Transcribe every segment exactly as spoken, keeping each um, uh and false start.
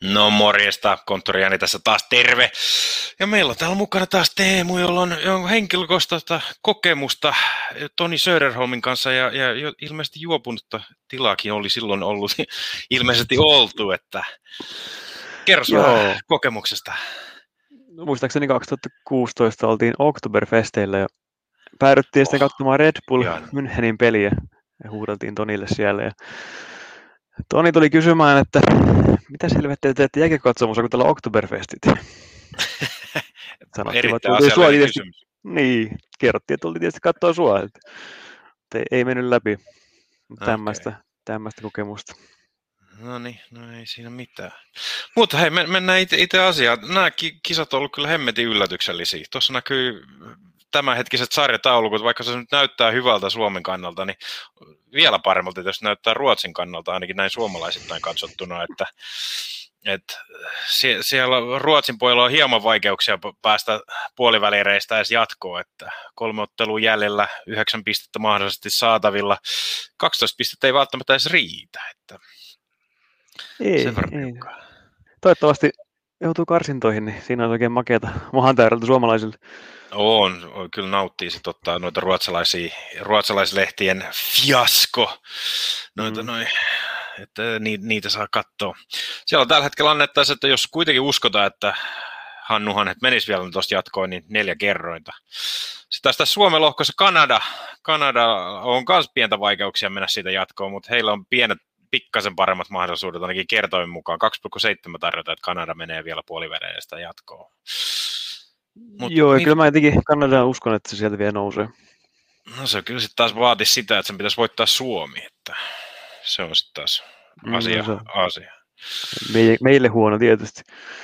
No morjesta, konttoriani tässä taas terve. Ja meillä on täällä mukana taas Teemu, jolla on, on henkilökohtaista kokemusta Toni Söderholmin kanssa ja, ja jo, ilmeisesti juopunutta tilaakin oli silloin ollut ilmeisesti oltu, että kerros vähän Joo, kokemuksesta. muistaakseni kaksituhattakuusitoista oltiin Oktoberfesteillä ja päädyttiin sitten Oh, katsomaan Red Bull ihan. Münchenin peliä ja huudeltiin Tonille siellä. Ja Toni tuli kysymään, että mitä helvettiä teette jääkiekko-katsomussa, kun täällä on Oktoberfestit? Sanottiin, että Erittäin tultiin sua asiallinen tietysti, kysymys. niin, kerrottiin, että tultiin tietysti katsoa sua, että, että ei, ei mennyt läpi tämmöistä, Okay. tämmöistä kokemusta. No niin, no ei siinä mitään. Mutta hei, mennään itse asiaan. Nämä kisat on ollut kyllä hemmetin yllätyksellisiä. Tuossa näkyy tämänhetkiset sarjataulukot, vaikka se nyt näyttää hyvältä Suomen kannalta, niin vielä paremmalta jos näyttää Ruotsin kannalta, ainakin näin suomalaisittain katsottuna, että, että siellä Ruotsin puolella on hieman vaikeuksia päästä puolivälireistä edes jatkoon, että kolme ottelua jäljellä, yhdeksän pistettä mahdollisesti saatavilla, kaksitoista pistettä ei välttämättä edes riitä, että Ei, sen verran ei. tiukkaa. Toivottavasti joutuu karsintoihin, niin siinä on oikein makeata mahan täydeltä suomalaisille. On, on, kyllä nauttii sit ottaa noita ruotsalaisia, ruotsalaislehtien fiasko, noita mm. noin, että niitä saa katsoa. Siellä on tällä hetkellä annettaisiin, että jos kuitenkin uskotaan, että Hannu Hanhet menisi vielä tuosta jatkoon, niin neljä kerrointa. Sitten taas Suomen lohkossa Kanada. Kanada on myös pientä vaikeuksia mennä siitä jatkoon, mutta heillä on pienet, pikkasen paremmat mahdollisuudet, ainakin kertoimen mukaan. kaksi pilkku seitsemän tarjotaan, että Kanada menee vielä puolivedestä jatkoon. Mut, Joo, niin, kyllä mä jotenkin Kanadaan uskon, että se sieltä vielä nousee. No se kyllä sitten taas vaati sitä, että sen pitäisi voittaa Suomi, että se on sitten taas asia. No, asia. Meille, meille huono tietysti.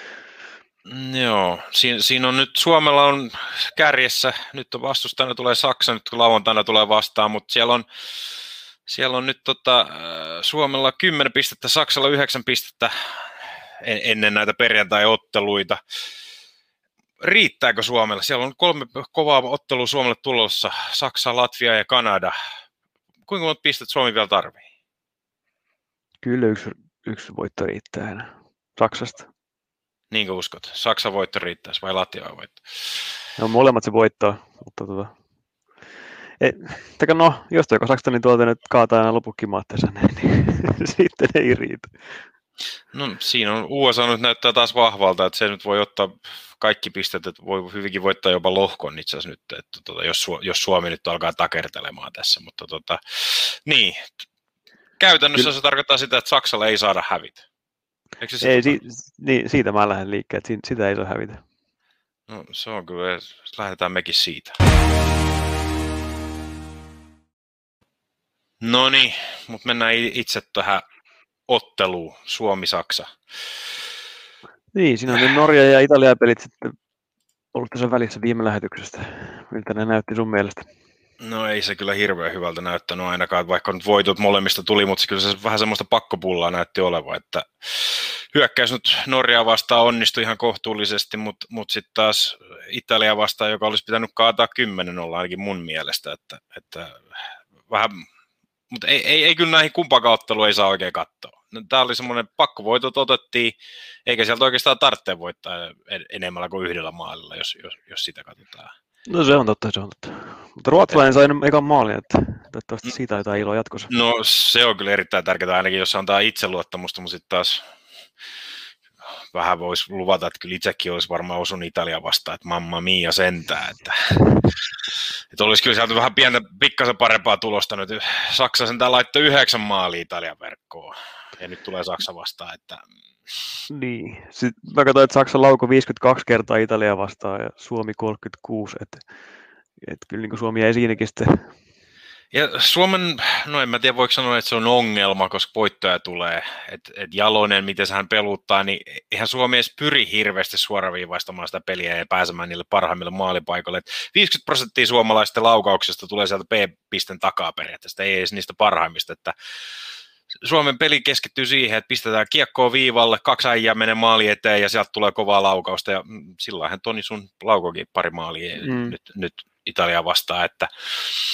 Joo, siinä, siinä on nyt, Suomella on kärjessä, nyt on vastustajana tulee Saksa, nyt lauantaina tulee vastaan, mutta siellä on, siellä on nyt tota, Suomella kymmenen pistettä, Saksalla yhdeksän pistettä ennen näitä perjantai-otteluita. Riittääkö Suomella? Siellä on kolme kovaa ottelua Suomelle tulossa, Saksa, Latvia ja Kanada. Kuinka monta pistettä Suomi vielä tarvii? Kyllä yksi, yksi voitto riittää enää Saksasta. Niinkö uskot? Saksan voitto riittäisi vai Latvian voitto? No molemmat se voittaa, mutta tota... Ei, teka no, jos joko Saksa niin tuolta nyt kaataa aina lopukkin maatteensa, niin sitten ei riitä. No siinä on, U S A nyt näyttää taas vahvalta, että se nyt voi ottaa kaikki pistet, että voi hyvinkin voittaa jopa lohkon itse asiassa nyt, että tota, jos, jos Suomi nyt alkaa takertelemaan tässä, mutta tota, niin, käytännössä Kyllä. se tarkoittaa sitä, että Saksalla ei saada hävitä. Eikö se ei, si- niin, siitä mä lähden liikkeelle, että sitä ei saa hävitä. No se on kyllä, lähdetään mekin siitä. No niin, mutta mennään itse tähän otteluun, Suomi-Saksa. Niin, siinä on Norja ja Italia pelit sitten ollut tässä välissä viime lähetyksestä. Miltä ne näytti sun mielestä? No ei se kyllä hirveän hyvältä näyttänyt ainakaan, vaikka nyt voitot molemmista tuli, mutta kyllä se vähän semmoista pakkopullaa näytti olevan, että hyökkäys nyt Norjaa vastaan onnistui ihan kohtuullisesti, mutta, mutta sitten taas Italia vastaan, joka olisi pitänyt kaataa kymmenen olla ainakin mun mielestä, että, että vähän, mutta ei, ei, ei kyllä näihin kumpaakaan ottelua ei saa oikein katsoa. Tämä oli semmoinen pakkovoitot otettiin, eikä sieltä oikeastaan tarvitse voittaa enemmällä kuin yhdellä maalilla, jos, jos, jos sitä katsotaan. No se on totta, se on totta. Mutta ruotsalainen sai ekan maalin, että toivottavasti siitä on jotain iloa jatkossa. No se on kyllä erittäin tärkeää, ainakin jos antaa itseluottamusta, mutta sitten taas vähän voisi luvata, että kyllä itsekin olisi varmaan osunut Italia vastaan, että mamma mia sentään, että, että olisi kyllä sieltä vähän pientä, pikkasen parempaa tulosta nyt. Saksa sentään laittoi yhdeksän maalia Italian verkkoon ja nyt tulee Saksa vastaan, että... Niin, sitten mä katsoin, että Saksa laukoi viisikymmentäkaksi kertaa Italia vastaan ja Suomi kolmekymmentäkuusi, että, että kyllä niin kuin Suomi jäi siinäkin sitten. Ja Suomen, no en mä tiedä voiko sanoa, että se on ongelma, koska voittoja tulee, että et Jalonen, miten hän peluttaa, niin eihän Suomi edes pyri hirveästi suoraviivaistamaan sitä peliä ja pääsemään niille parhaimmille maalipaikoille. Et viisikymmentä prosenttia suomalaisten laukauksista tulee sieltä B-pisten takaa periaatteessa, ei edes niistä parhaimmista, että Suomen peli keskittyy siihen, että pistetään kiekkoa viivalle, kaksi äijää menee maali eteen ja sieltä tulee kovaa laukausta ja silloinhan Toni sun laukokin pari maalia mm. nyt, nyt Italia vastaan, että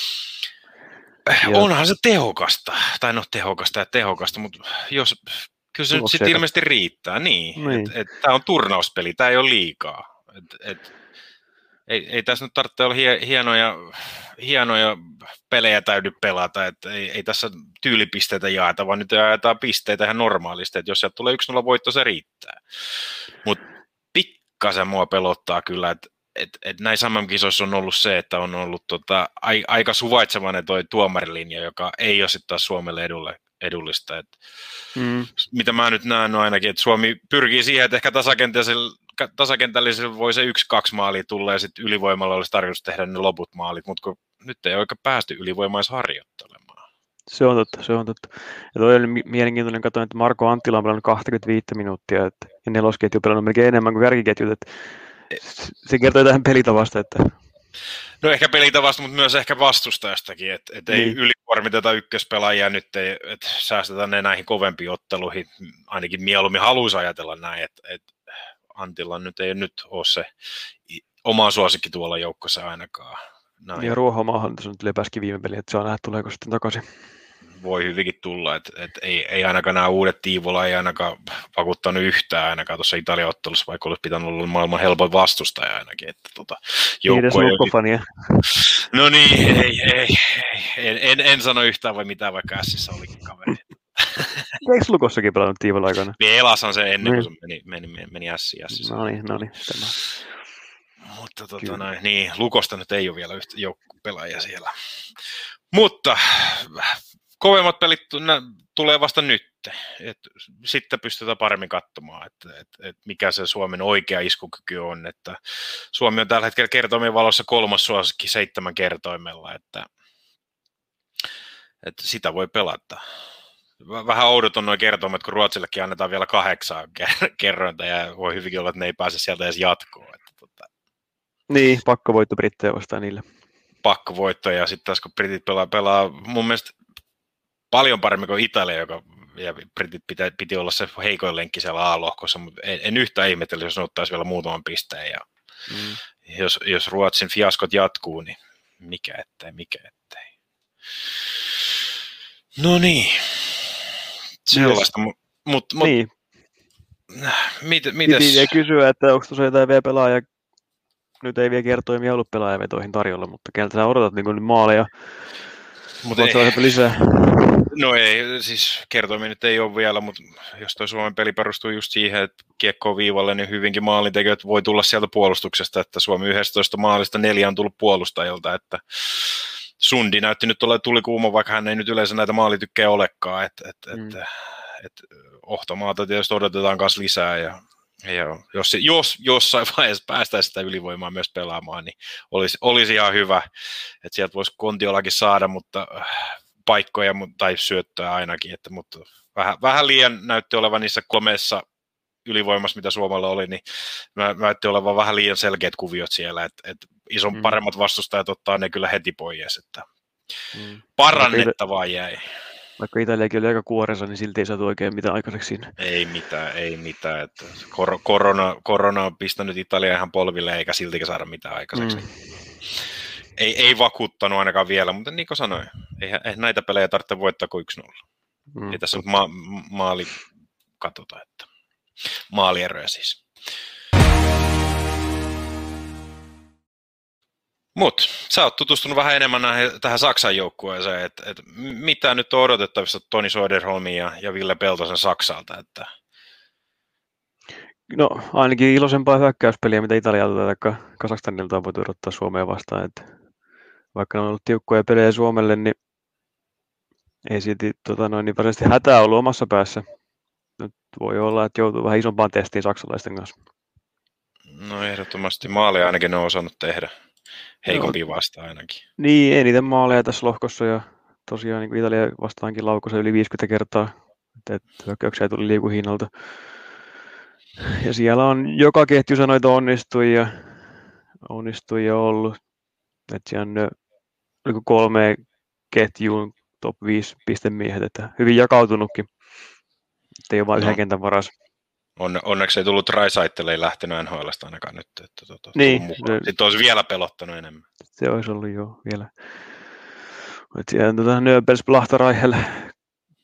Joo. Onhan se tehokasta, tai no tehokasta ja tehokasta, mutta jos kyllä se nyt sitten ilmeisesti riittää, niin. niin. Että et, tämä on turnauspeli, tämä ei ole liikaa. Et, et, ei, ei tässä nyt tarvitse olla hie, hienoja, hienoja pelejä täydy pelata, että ei, ei tässä tyylipisteitä jaeta, vaan nyt jaetaan pisteitä ihan normaalisti, että jos sieltä tulee yksi nolla voitto, se riittää. Mutta pikkasen mua pelottaa kyllä, että et, et näissä M M-kisoissa on ollut se, että on ollut tota, ai, aika suvaitsevainen toi tuomarilinja, joka ei ole sitten taas Suomelle edulle, edullista. Et, mm. Mitä mä nyt näen on ainakin, että Suomi pyrkii siihen, että ehkä tasakentällisellä voi se yksi, kaksi maalia tulla ja sitten ylivoimalla olisi tarkoitus tehdä ne loput maalit, mutta nyt ei oikein päästy ylivoimaisharjoittelemaan. Se on totta, se on totta. Ja toi oli mielenkiintoinen, katsoin, että Marko Anttila on pelannut kaksikymmentäviisi minuuttia, että, ja nelosketju on pelannut melkein enemmän kuin kärkiketjut, että se kertoo tähän pelitavasta, että... No ehkä pelitavasta, mutta myös ehkä vastustajastakin, että et ei niin. Ylikuormiteta ykköspelaajia nyt, että säästetään ne näihin kovempiin otteluihin, ainakin mieluummin haluaisi ajatella näin, että et Antilla nyt ei nyt ole se oma suosikki tuolla joukkossa ainakaan. Näin. Ja Ruohomaahan tässä nyt lepäski viime peli, että saa nähdä tuleeko sitten takaisin. Voi hyvinkin tulla, että, että ei, ei ainakaan nämä uudet Tiivola ei ainakaan vakuuttanut yhtään ainakaan tuossa Italian ottelussa, vaikka olisi pitänyt olla maailman helpoin vastustaja ainakin. Että tota, joukko ei olisi... No niin, ei, ei, ei en, en, en sano yhtään vai mitään, vaikka Ässissä olikin kaveri. Eikö Lukossakin pelannut Tiivola aikana? Pelasan se ennen kuin se meni, meni, meni, meni Ässiin. No niin, no niin. Tämä. Mutta tota, noin, niin, Lukosta nyt ei ole vielä yhtä joukkopelaajia siellä. Mutta kovemmat pelit tulee vasta nyt. Et sitten pystytään paremmin katsomaan, että et, et mikä se Suomen oikea iskukyky on. Että Suomi on tällä hetkellä kertoimien valossa kolmas suosikki seitsemän kertoimella, että, että sitä voi pelata. Vähän oudot on nuo kertoimet, kun Ruotsillekin annetaan vielä kahdeksan kerrointa ja voi hyvinkin olla, että ne ei pääse sieltä edes jatkoon. Että, tota... Niin, pakkovoitto Brittejä vastaan niille. Pakkovoitto ja sitten taas kun Britit pelaa, pelaa mun mielestä paljon paremmin kuin Italia, joka ja Britit pitä, piti olla se heikoin lenkki siellä A-lohkossa, mutta en, en yhtään ihmetellä, jos ne ottaisi vielä muutaman pisteen. Ja mm. jos, jos Ruotsin fiaskot jatkuu, niin mikä ettei, mikä ettei. No niin. Sellaista, mutta mut, mut, niin. mit, mites? Piti vielä kysyä, että onko tuossa jotain vielä pelaaja, nyt ei vielä kertoimia ollut pelaajavetoihin tarjolla, mutta keltä sä odotat niin kuin maaleja? Mutta lisää? No ei, siis kertoimia nyt ei ole vielä, mutta jos toi Suomen peli perustuu just siihen, että kiekko viivalle, niin hyvinkin maalintekijät voi tulla sieltä puolustuksesta, että Suomi yksitoista maalista neljä on tullut puolustajilta, että Sundi näytti nyt olevan tulikuuma, vaikka hän ei nyt yleensä näitä maalitykkejä olekaan, että et, mm. et, et, Ohtomaata tietysti odotetaan myös lisää ja, ja jos, jos jossain vaiheessa päästäisiin sitä ylivoimaa myös pelaamaan, niin olisi, olisi ihan hyvä, että sieltä voisi Kontiolakin saada, mutta paikkoja tai syöttöä ainakin, että, mutta vähän, vähän liian näytti olevan niissä kolmeessa ylivoimassa, mitä Suomella oli, niin näytti olevan vähän liian selkeät kuviot siellä, että, että ison mm. paremmat vastustajat ottaa ne kyllä heti pois, että mm. parannettavaa jäi. Vaikka Italiakin oli aika kuorensa, niin silti ei saatu oikein mitään aikaiseksi siinä. Ei mitään, ei mitään. Että kor- korona, korona on pistänyt Italia ihan polville, eikä siltikä saada mitään aikaiseksi. Mm. Ei, ei vakuuttanut ainakaan vielä, mutta niin kuin sanoin, eihän, eihän näitä pelejä tarvitse voittaa kuin yksi nolla. Mm. Ei tässä ma- maali katsota, että maalieroja siis. Mutta sä oot tutustunut vähän enemmän näihin, tähän Saksan joukkueeseen, että et mitä nyt on odotettavissa Toni Söderholmin ja, ja Ville Peltosen Saksalta? Että... No ainakin iloisempaa hyökkäyspeliä, mitä Italialta tai Kazakstanilta on voitu odottaa Suomeen vastaan. Että vaikka ne on ollut tiukkoja pelejä Suomelle, niin ei silti tota noin, niin varsinaisesti hätää ollut omassa päässä. Nyt voi olla, että joutuu vähän isompaan testiin saksalaisten kanssa. No ehdottomasti maaleja ainakin ne on osannut tehdä. Heikompi vastaan ainakin. Niin, eniten maaleja tässä lohkossa ja tosiaan niin kuin Italia vastaankin laukossa yli viisikymmentä kertaa, että hyökkäyksiä tuli liikuhinnalta. Ja siellä on joka ketjussa noita onnistujia, onnistujia ollut. Että siellä on oliko kolme ketjuun top viisi pistemiehet, että hyvin jakautunutkin. Että ei ole vain no. yhden kentän varas. On, onneksi ei tullut Raisaittele, ei lähtenyt N H L:stä ainakaan nyt. Että, tuota, niin. Sitten olisi vielä pelottanut enemmän. Se olisi ollut jo vielä. Siellä on tuota Nöbels, Blahtaraihel,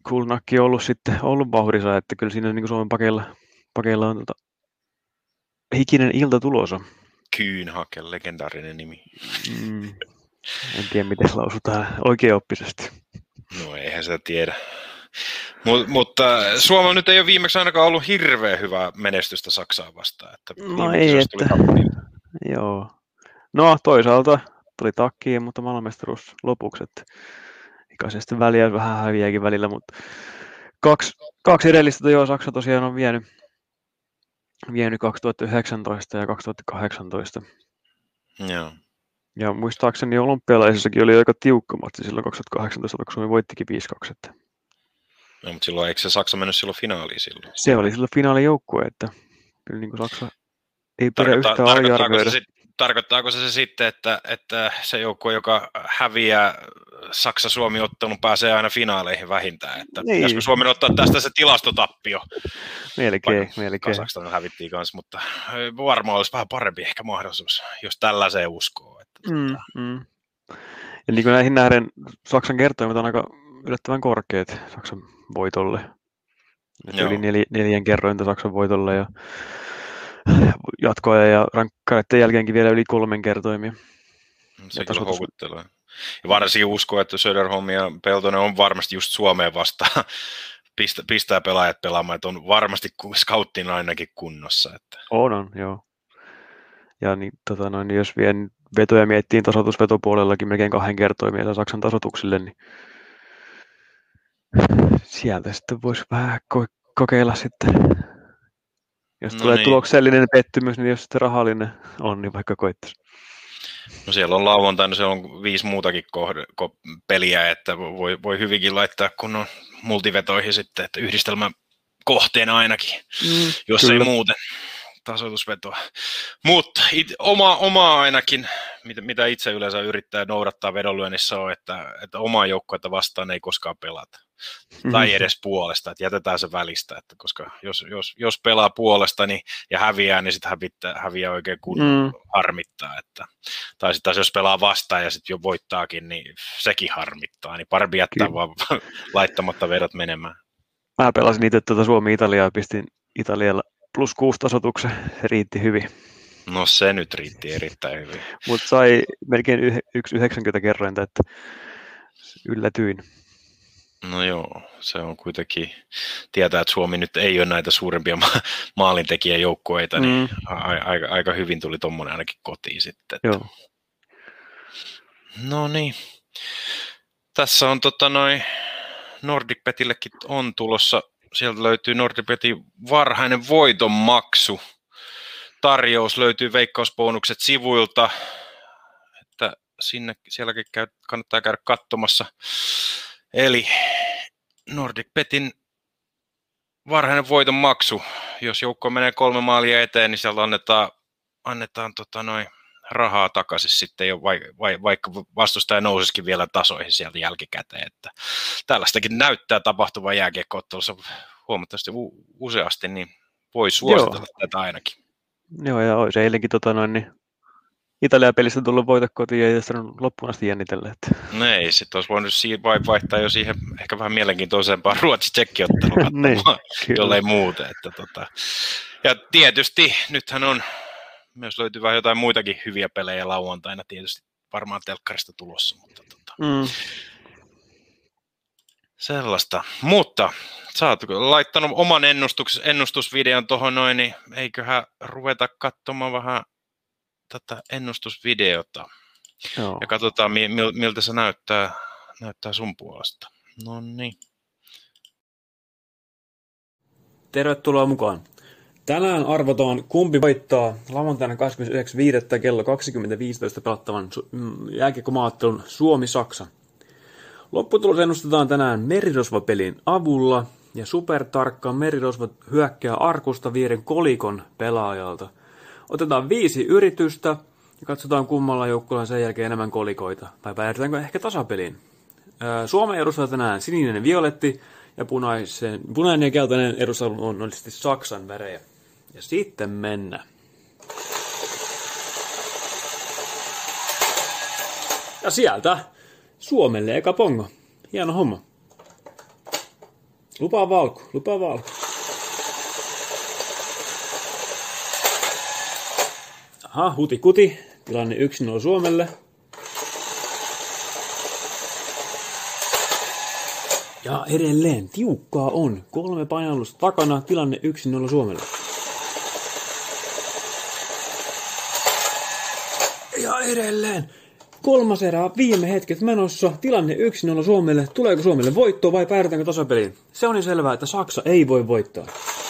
Kulnakki on ollut sitten ollut vauhdissa, että kyllä siinä niin Suomen pakeilla, pakeilla on tota, hikinen ilta tulossa. Kyynhake, legendaarinen nimi. Mm. En tiedä, miten se lausutaan oikeaoppisesti. No eihän sitä tiedä. Mut, mutta Suomella nyt ei ole viimeksi ainakaan ollut hirveän hyvää menestystä Saksaa vastaan. Että no ei, että... Joo. No toisaalta tuli takkiin, mutta maailmanmestaruus lopuksi. Että eikä se sitten väliä vähän häviääkin välillä, mutta kaksi, kaksi edellistä joo, Saksa tosiaan on vienyt, vienyt kaksituhattayhdeksäntoista ja kaksituhattakahdeksantoista. Joo. Ja muistaakseni olympialaisissakin oli aika tiukka matsi silloin kaksituhattakahdeksantoista, kun Suomi voittikin viisi kaksi. No, mutta silloin, eikö se Saksa mennyt silloin finaaliin silloin? Se oli silloin finaalijoukkue, että kyllä niin kuin Saksa ei pidä yhtään aliarvioida. Tarkoittaako se, se sitten, että, että se joukkue, joka häviää Saksa-Suomi-ottelun, pääsee aina finaaleihin vähintään? Että niin. Pitäisikö Suomen ottaa tästä se tilastotappio? Melkein, melkein. Kazakstan hävittiin kanssa, mutta varmaan olisi vähän parempi ehkä mahdollisuus, jos tällaiseen uskoo. Että mm, mm. Ja niin kuin näihin nähden Saksan kertoimet on aika yllättävän korkeat Saksan voitolle. Yli nel, neljän kerrointa Saksan voitolle ja jatkoja ja rankkareiden jälkeenkin vielä yli kolmen kertoimia. Se kyllä houkuttelee. Ja varsinkin uskoo, että Söderholm ja Peltonen on varmasti just Suomeen vastaan. Pistä, pistää pelaajat pelaamaan, että on varmasti scouttina ainakin kunnossa. Että. On, on, joo. Ja niin, tota noin, jos vielä vetoja miettiin tasoitusvetopuolellakin melkein kahden kertoimia Saksan tasoituksille, niin sieltä sitten voisi vähän ko- kokeilla sitten. Jos no tulee niin. Tuloksellinen pettymys, niin jos sitten rahallinen on, niin vaikka koittaisi. No siellä on lauantaina, siellä on viisi muutakin kohde, ko, peliä, että voi, voi hyvinkin laittaa kunnon multivetoihin sitten, että yhdistelmän kohteena ainakin, mm, jos kyllä. Ei muuten tasoitusvetoa. Mutta it, oma, oma ainakin, mitä, mitä itse yleensä yrittää noudattaa vedonlyönnissä on, että, että omaa joukkuetta vastaan ei koskaan pelata. Mm-hmm. Tai edes puolesta, että jätetään se välistä, että koska jos, jos, jos pelaa puolesta niin, ja häviää, niin sitten hävittää, häviää oikein kunnon mm. harmittaa. Että, tai sitten jos pelaa vastaan ja sitten jo voittaakin, niin sekin harmittaa, niin parempi jättää Kyllä. vaan laittamatta vedot menemään. Mä pelasin itse tuota Suomi-Italiaa ja pistin Italialla plus kuusi tasoituksen, se riitti hyvin. No se nyt riitti erittäin hyvin. Mutta sai melkein yksi yhdeksänkymmentä kerrointa, että yllätyin. No joo, se on kuitenkin, tietää, että Suomi nyt ei ole näitä suurimpia ma- maalintekijäjoukkueita, mm. niin a- aika, aika hyvin tuli tommonen ainakin kotiin sitten. Joo. No niin, tässä on tota noin, NordicBetillekin on tulossa, sieltä löytyy NordicBetin varhainen voitonmaksu. Tarjous löytyy veikkausbonukset sivuilta, että sinne, sielläkin käy, kannattaa käydä katsomassa. Eli NordicBetin varhainen voiton maksu, jos joukko menee kolme maalia eteen, niin sieltä annetaan, annetaan tota noin rahaa takaisin sitten jo, vaikka vastustaja nousisikin vielä tasoihin sieltä jälkikäteen. Että tällaistakin näyttää tapahtuvan jääkiekko-ottelussa huomattavasti u- useasti, niin voi suositella Joo. tätä ainakin. Joo, ja olisi eilenkin tota noin, niin Italia-pelistä tullut voita kotiin ja ei tässä on loppuun asti jännitellä. No ei, sitten olisi voinut vaihtaa jo siihen ehkä vähän mielenkiintoisempaan Ruotsi-Tsekki-otteluun katsomaan, jollei muuten. Että tota. Ja tietysti nythän on, myös löytyy vähän jotain muitakin hyviä pelejä lauantaina, tietysti varmaan telkkarista tulossa. Mutta tota. mm. Sellaista. Mutta sä oot laittanut oman ennustus, ennustusvideon tuohon noin, niin eiköhän ruveta katsomaan vähän tätä ennustusvideota. Joo. Ja katsotaan, miltä se näyttää, näyttää sun puolesta. No niin. Tervetuloa mukaan. Tänään arvotaan, kumpi voittaa lauantaina kahdeskymmenesyhdeksäs viidettä kello kaksikymmentä viisitoista pelattavan jääkiekkomaattelun Suomi-Saksa. Lopputulos ennustetaan tänään merirosvapelin avulla ja supertarkka merirosva hyökkää arkusta vieden kolikon pelaajalta. Otetaan viisi yritystä ja katsotaan kummalla joukkueella sen jälkeen enemmän kolikoita. Vai päädytäänkö ehkä tasapeliin? Suomen edustaa tänään sininen ja violetti ja punaisen, punainen ja keltainen edustaa luonnollisesti Saksan värejä. Ja sitten mennään. Ja sieltä Suomelle eka pongo. Hieno homma. Lupaa valku, lupaa valku. Aha, huti kuti. Tilanne yksi nolla Suomelle. Ja edelleen tiukkaa on. Kolme painallusta takana. Tilanne yksi nolla Suomelle. Ja edelleen. Kolmas erä, viime hetket menossa. Tilanne yksi nolla Suomelle. Tuleeko Suomelle voittoa vai päädytäänkö tasapeliin? Se on niin selvää, että Saksa ei voi voittaa.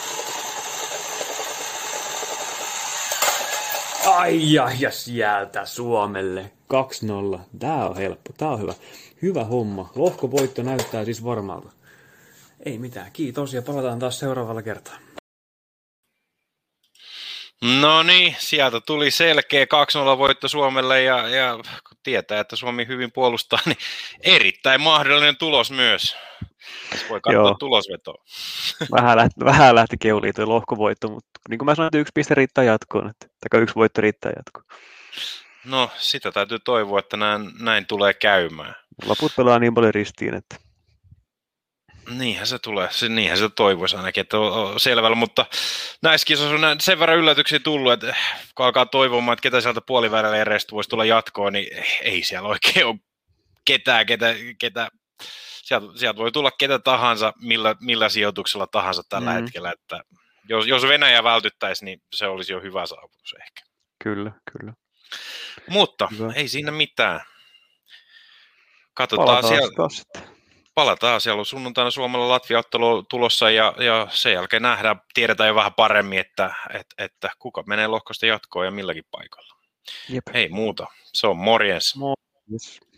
Ai ja, ja sieltä Suomelle. kaksi nolla. Tää on helppo. Tää on hyvä. Hyvä homma. Lohkovoitto näyttää siis varmalta. Ei mitään. Kiitos ja palataan taas seuraavalla kertaa. No niin, sieltä tuli selkeä kaksi nolla voitto Suomelle ja, ja kun tietää, että Suomi hyvin puolustaa, niin erittäin mahdollinen tulos myös. Voi katsoa Joo. tulosvetoa. Vähän lähti, vähän lähti keuliin tuo lohkovoitto, mutta niin kuin mä sanoin, että yksi piste riittää jatkoon, että, tai yksi voitto riittää jatkoon. No, sitä täytyy toivoa, että näin, näin tulee käymään. Loput pelaa niin paljon ristiin, että... Niinhän se tulee, se, niinhän se toivoisi ainakin, että on, on selvällä, mutta näissä kisoissa on sen verran yllätyksiä tullut, että kun alkaa toivomaan, että ketä sieltä puolivälillä erestä voisi tulla jatkoon, niin ei siellä oikein ole ketään, ketä, ketä sieltä, sieltä voi tulla ketä tahansa, millä, millä sijoituksella tahansa tällä mm. hetkellä, että jos, jos Venäjä vältyttäisiin, niin se olisi jo hyvä saavutus ehkä. Kyllä, kyllä. Mutta hyvä. Ei siinä mitään. Katsotaan Palataan siellä. taas sitten. Palataan, siellä on sunnuntaina Suomella Latvia-ottelu tulossa ja, ja sen jälkeen nähdään, tiedetään jo vähän paremmin, että, että, että kuka menee lohkosta jatkoon ja milläkin paikalla. Jep. Ei muuta, se on morjens. Morjens.